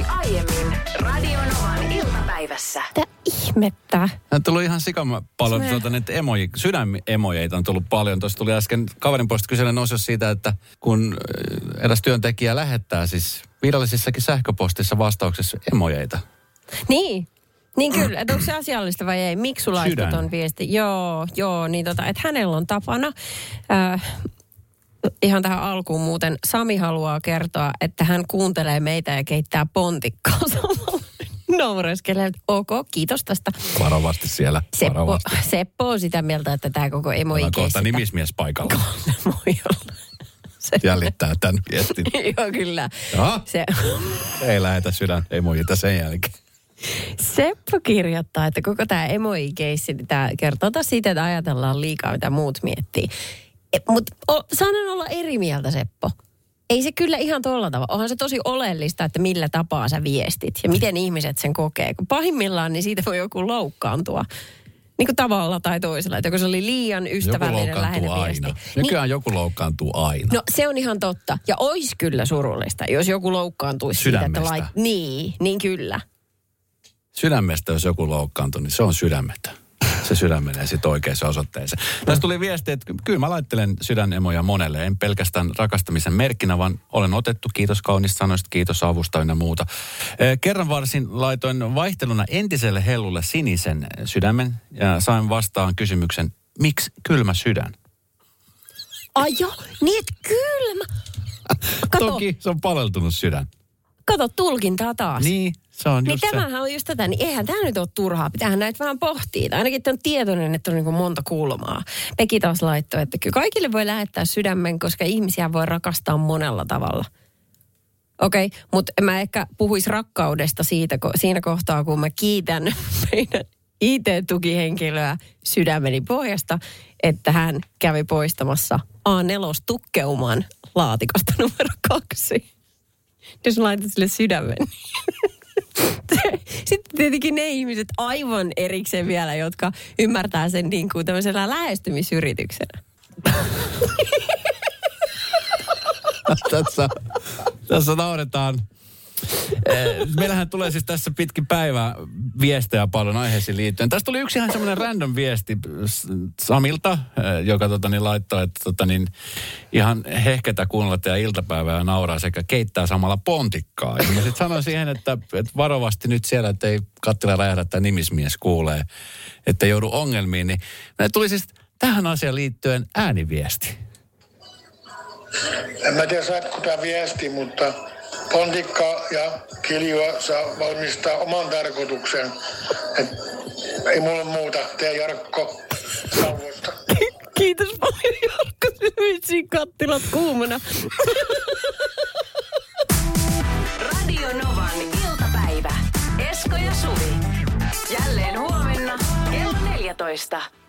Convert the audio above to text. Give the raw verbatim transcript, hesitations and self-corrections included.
aiemmin Radio Novan iltapäivässä. Mitä ihmettä? On tullut ihan sikama paljon Se... tuota, näitä emoji, sydämemojeita on tullut paljon. Tuossa tuli äsken kaverin puolesta kyseinen osio siitä, että kun eräs työntekijä lähettää siis virallisissakin sähköpostissa vastauksessa emojeita. Niin. Niin kyllä, että onko se asiallista vai ei? Miksi sulla laittoi ton viesti? Joo, joo, niin tota, että hänellä on tapana. Äh, ihan tähän alkuun muuten Sami haluaa kertoa, että hän kuuntelee meitä ja keittää pontikkaa samalla. Naureskelee, ok, kiitos tästä. Varovasti siellä, Seppo, varovasti. Seppo on sitä mieltä, että tämä koko emoji-keissi... Kohta nimismies paikalla. Voi olla. Se... Jäljittää tämän viestin. Joo, kyllä. Jaha, se... ei lähetä sydän emojita sen jälkeen. Seppo kirjoittaa, että koko tämä emoji-keissi, tämä kertoo taas siitä, että ajatellaan liikaa, mitä muut miettii. E, Mutta saanen olla eri mieltä, Seppo. Ei se kyllä ihan tolla tavalla. Onhan se tosi oleellista, että millä tapaa sä viestit ja miten ihmiset sen kokee. Kun pahimmillaan, niin siitä voi joku loukkaantua. Niin kuin tavalla tai toisella. Että kun se oli liian ystävällinen läheinen viesti. Aina. Nykyään niin, joku loukkaantuu aina. No se on ihan totta. Ja ois kyllä surullista, jos joku loukkaantuisi siitä, että lait... Niin, niin kyllä. Sydämestä, jos joku loukkaantuu, niin se on sydämetä. Se sydän menee sitten oikeaan osoitteeseen. Tässä tuli viesti, että kyllä mä laittelen sydänemoja monelle. En pelkästään rakastamisen merkkinä, vaan olen otettu. Kiitos kaunista sanoista, kiitos avusta ja muuta. Kerran varsin laitoin vaihteluna entiselle hellulle sinisen sydämen ja sain vastaan kysymyksen, miksi kylmä sydän? Ai joo, niin et kylmä. Kato. Toki se on paleltunut sydän. Kato, tulkintaa taas. Niin, se on niin just tämähän se. on just tätä, niin eihän tämä nyt ole turhaa. Pitäähän näitä vähän pohtia. Tai ainakin on tietoinen, että on niin kuin monta kulmaa. Peki taas laittoi, että kyllä kaikille voi lähettää sydämen, koska ihmisiä voi rakastaa monella tavalla. Okei, okay, mutta mä ehkä puhuis rakkaudesta siitä, siinä kohtaa, kun mä kiitän meidän I T-tukihenkilöä sydämeni pohjasta, että hän kävi poistamassa A neljä tukkeuman laatikosta numero kaksi. Jos laitat sille sydämen. Sitten tietenkin ne ihmiset aivan erikseen vielä, jotka ymmärtää sen niin kuin tämmöisellä lähestymisyrityksenä. tässä, tässä nauretaan. Meillähän tulee siis tässä pitkin päivää viestejä paljon aiheisiin liittyen. Tästä tuli yksi ihan semmoinen random viesti Samilta, joka tota, niin, laittoi, että tota, niin, ihan hehketä kuunnella teidän iltapäivää ja nauraa sekä keittää samalla pontikkaa. Ja mä sitten sanoin siihen, että, että varovasti nyt siellä, että ei kattila räjähdä, että nimismies kuulee, että joudu ongelmiin. Niin meille tuli siis tähän asiaan liittyen ääniviesti. En mä tiedä, saatko tämä viesti, mutta pontikkaa ja kiljua saa valmistaa oman tarkoituksen. Et ei mulle muuta. Tee Jarkko Sauvosta. Kiitos paljon Jarkko. Vitsi kattilat kuumana. Radio Novan iltapäivä. Esko ja Suvi. Jälleen huomenna kello neljätoista.